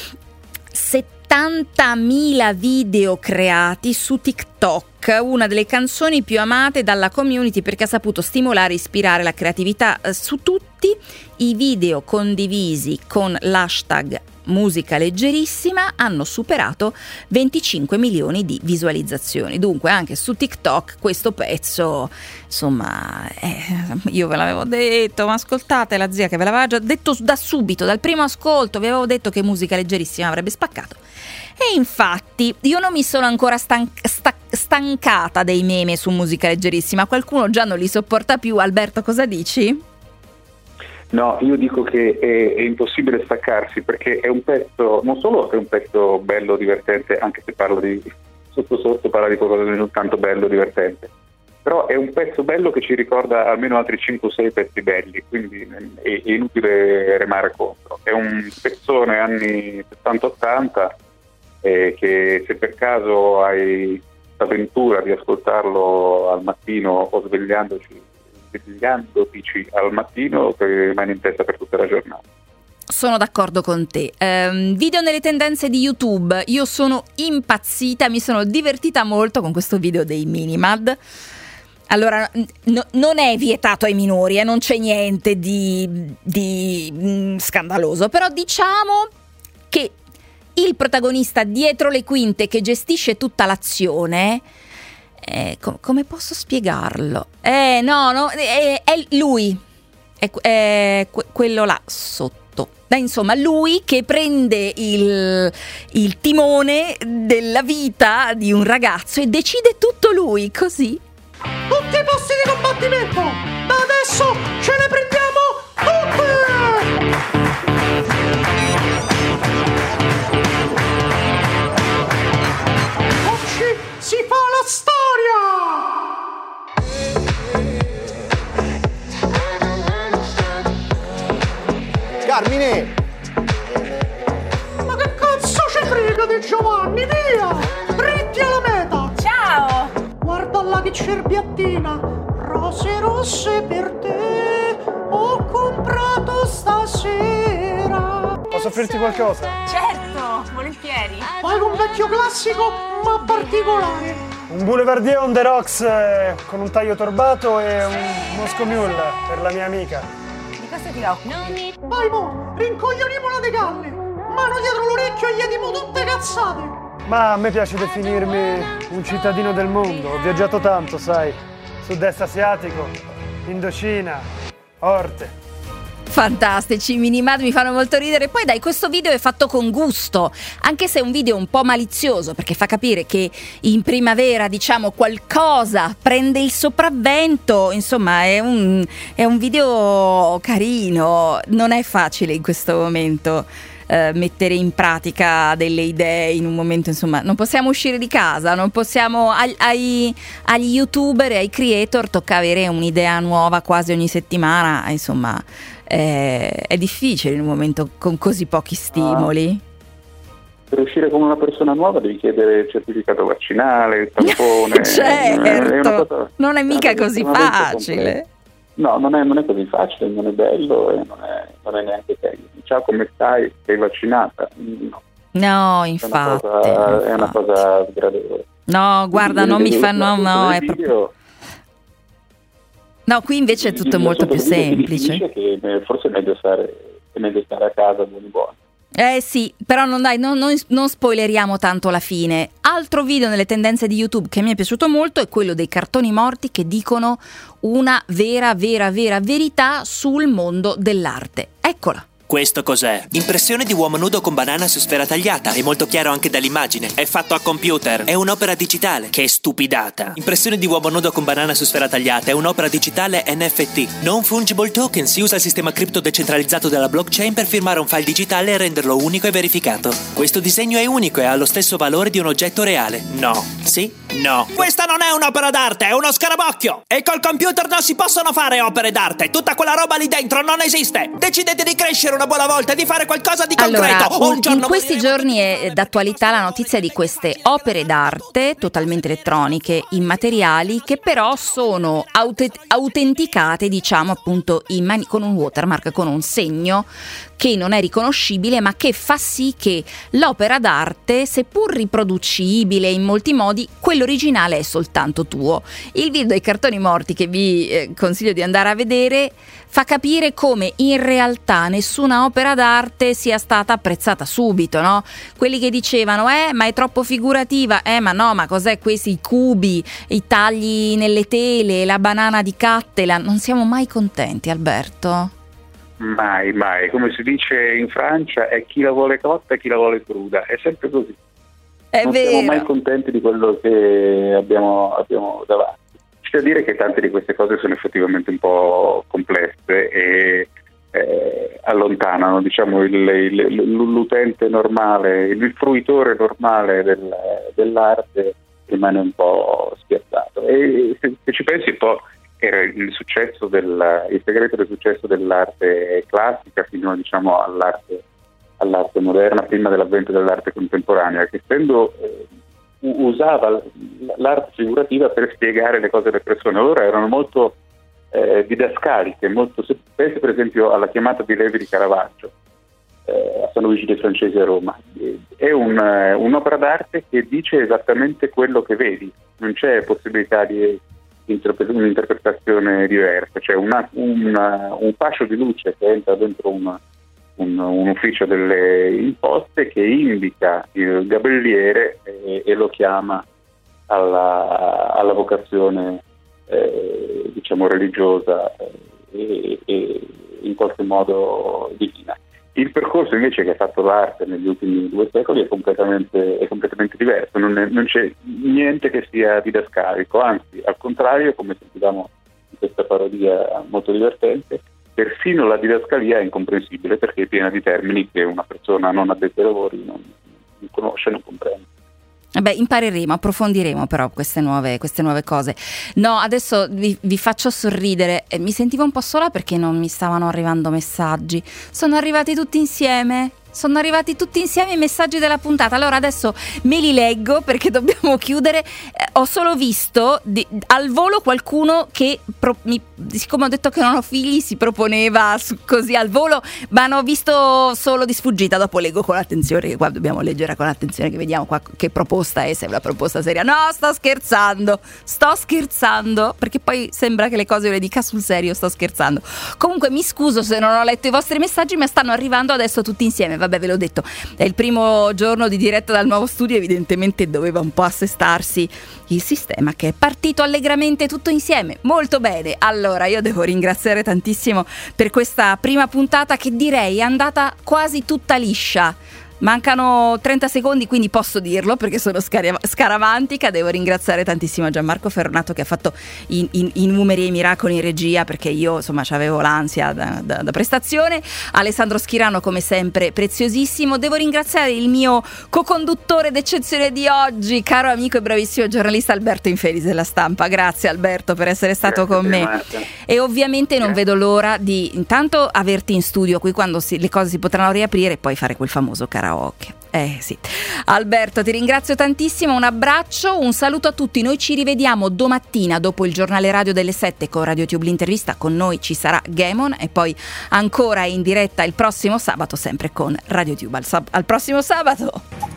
settantamila video creati su TikTok, una delle canzoni più amate dalla community perché ha saputo stimolare e ispirare la creatività. Su tutti i video condivisi con l'hashtag musica leggerissima hanno superato venticinque milioni di visualizzazioni. Dunque anche su TikTok questo pezzo, insomma, eh, io ve l'avevo detto, ma ascoltate la zia che ve l'aveva già detto da subito, dal primo ascolto vi avevo detto che musica leggerissima avrebbe spaccato. E infatti io non mi sono ancora stan- sta- stancata dei meme su musica leggerissima, qualcuno già non li sopporta più. Alberto, cosa dici? No, io dico che è, è impossibile staccarsi, perché è un pezzo, non solo è un pezzo bello, divertente, anche se parla di sotto sotto parla di qualcosa di non tanto bello, divertente, però è un pezzo bello che ci ricorda almeno altri cinque o sei pezzi belli, quindi è, è inutile remare contro. È un pezzone anni settanta ottanta eh, che se per caso hai l'avventura di ascoltarlo al mattino o svegliandoci svegliandotici al mattino, che rimane in testa per tutta la giornata. Sono d'accordo con te. Um, video nelle tendenze di YouTube, io sono impazzita, mi sono divertita molto con questo video dei Minimad. Allora, no, non è vietato ai minori, eh, non c'è niente di, di mh, scandaloso, però diciamo che il protagonista dietro le quinte che gestisce tutta l'azione, Eh, com- come posso spiegarlo? Eh, no, no, è, è lui, è, è que- quello là sotto. Beh, insomma, lui che prende il, il timone della vita di un ragazzo e decide tutto lui, così. Tutti i posti di combattimento! Da adesso ce ne prendiamo tutti! Oggi si fa la storia! Carmine! Ma che cazzo ci frega di Giovanni, via! Dritti alla meta! Ciao! Guarda là che cerbiattina! Rose rosse per te ho comprato stasera! Posso offrirti qualcosa? Certo, volentieri! Vai con un vecchio classico ma particolare! Un Boulevardier on the rocks eh, con un taglio torbato e un Moscow Mule per la mia amica. Di cosa ti occupi? Vai mo, rincoglionimola de galle! Mano dietro l'orecchio e gli dimo tutte cazzate! Ma a me piace definirmi un cittadino del mondo. Ho viaggiato tanto, sai. Sud-est asiatico, Indocina, Orte. Fantastici, Minimad mi fanno molto ridere. Poi dai, questo video è fatto con gusto, anche se è un video un po' malizioso, perché fa capire che in primavera, diciamo, qualcosa prende il sopravvento. Insomma, è un, è un video carino. Non è facile in questo momento eh, mettere in pratica delle idee in un momento, insomma, non possiamo uscire di casa, non possiamo, ai, ai, agli youtuber e ai creator tocca avere un'idea nuova quasi ogni settimana, insomma. È difficile in un momento con così pochi stimoli. Ah, per uscire con una persona nuova devi chiedere il certificato vaccinale, il tampone. Certo, è una cosa, non è mica così facile. No, non è, non è così facile, non è bello e non è, non è neanche bello. Ciao, come stai? Sei vaccinata? No. No, infatti. È una cosa, infatti. È una cosa sgradevole. No, guarda, non mi fanno, no, è proprio... No, qui invece è tutto molto più semplice. Che forse è meglio stare, è meglio stare a casa buoni buoni. Eh sì, però non, dai, non, non, non spoileriamo tanto la fine. Altro video nelle tendenze di YouTube che mi è piaciuto molto è quello dei cartoni morti che dicono una vera, vera, vera verità sul mondo dell'arte. Eccola. Questo cos'è? Impressione di uomo nudo con banana su sfera tagliata. È molto chiaro anche dall'immagine. È fatto a computer. È un'opera digitale. Che stupidata. Impressione di uomo nudo con banana su sfera tagliata. È un'opera digitale N F T. Non fungible token. Si usa il sistema cripto decentralizzato della blockchain per firmare un file digitale e renderlo unico e verificato. Questo disegno è unico e ha lo stesso valore di un oggetto reale. No. Sì? No. Questa non è un'opera d'arte, è uno scarabocchio. E col computer non si possono fare opere d'arte. Tutta quella roba lì dentro non esiste. Decidete di crescere una buona volta e di fare qualcosa di concreto. Allora, un giorno in questi giorni è d'attualità la notizia di queste opere d'arte totalmente elettroniche, immateriali, che però sono aut- autenticate, diciamo appunto in mani- con un watermark, con un segno che non è riconoscibile, ma che fa sì che l'opera d'arte, seppur riproducibile in molti modi, quello originale è soltanto tuo. Il video dei cartoni morti, che vi eh, consiglio di andare a vedere, fa capire come in realtà nessuna opera d'arte sia stata apprezzata subito, no? Quelli che dicevano eh ma è troppo figurativa, eh ma no, ma cos'è questi i cubi, i tagli nelle tele, la banana di Cattelan, non siamo mai contenti, Alberto? Mai, mai, come si dice in Francia, è chi la vuole cotta e chi la vuole cruda, è sempre così. È non vero. siamo mai contenti di quello che abbiamo, abbiamo davanti. C'è da dire che tante di queste cose sono effettivamente un po' complesse e eh, allontanano, diciamo, il, il, l'utente normale, il fruitore normale del, dell'arte rimane un po' spiazzato. E se, se ci pensi un po', era il successo del, il segreto del successo dell'arte classica fino, diciamo, all'arte, all'arte moderna, prima dell'avvento dell'arte contemporanea, che essendo eh, usava l'arte figurativa per spiegare le cose alle persone. Allora erano molto eh, didascaliche, molto, se pensi per esempio alla chiamata di Levi di Caravaggio eh, a San Luigi dei Francesi a Roma, è un, uh, un'opera d'arte che dice esattamente quello che vedi, non c'è possibilità di un'interpretazione diversa, cioè una, una, un fascio di luce che entra dentro una, un, un ufficio delle imposte che indica il gabelliere e, e lo chiama alla, alla vocazione eh, diciamo religiosa e, e in qualche modo divina. Il percorso invece che ha fatto l'arte negli ultimi due secoli è completamente, è completamente diverso, non, è, non c'è niente che sia didascalico, anzi al contrario, come sentivamo in questa parodia molto divertente, persino la didascalia è incomprensibile perché è piena di termini che una persona non addetta ai lavori non, non conosce, non comprende. Beh, impareremo, approfondiremo però queste nuove, queste nuove cose. No, adesso vi, vi faccio sorridere. Mi sentivo un po' sola perché non mi stavano arrivando messaggi. Sono arrivati tutti insieme. Sono arrivati tutti insieme i messaggi della puntata. Allora adesso me li leggo perché dobbiamo chiudere. Eh, ho solo visto di, al volo qualcuno che, pro, mi, siccome ho detto che non ho figli, si proponeva su, così al volo, ma ne ho visto solo di sfuggita. Dopo leggo con attenzione, che qua dobbiamo leggere con attenzione, che vediamo qua che proposta è, se è una proposta seria. No, sto scherzando, sto scherzando, perché poi sembra che le cose io le dica sul serio, sto scherzando. Comunque mi scuso se non ho letto i vostri messaggi, ma stanno arrivando adesso tutti insieme. Vabbè, ve l'ho detto, è il primo giorno di diretta dal nuovo studio, evidentemente doveva un po' assestarsi il sistema, che è partito allegramente tutto insieme. Molto bene, allora io devo ringraziare tantissimo per questa prima puntata che direi è andata quasi tutta liscia. Mancano trenta secondi, quindi posso dirlo perché sono scar- scaramantica. Devo ringraziare tantissimo Gianmarco Ferronato che ha fatto i, i, i numeri e i miracoli in regia, perché io insomma avevo l'ansia da, da, da prestazione. Alessandro Schirano come sempre preziosissimo. Devo ringraziare il mio co-conduttore d'eccezione di oggi, caro amico e bravissimo giornalista Alberto Infelice della Stampa. Grazie Alberto per essere stato Grazie con me Marta. E ovviamente non Grazie. vedo l'ora di intanto averti in studio qui quando si, le cose si potranno riaprire e poi fare quel famoso karaoke. Eh sì. Alberto, ti ringrazio tantissimo, un abbraccio, un saluto a tutti. Noi ci rivediamo domattina dopo il giornale radio delle sette con RadioTube l'intervista. Con noi ci sarà Gamon e poi ancora in diretta il prossimo sabato sempre con RadioTube. Al, sab- al prossimo sabato.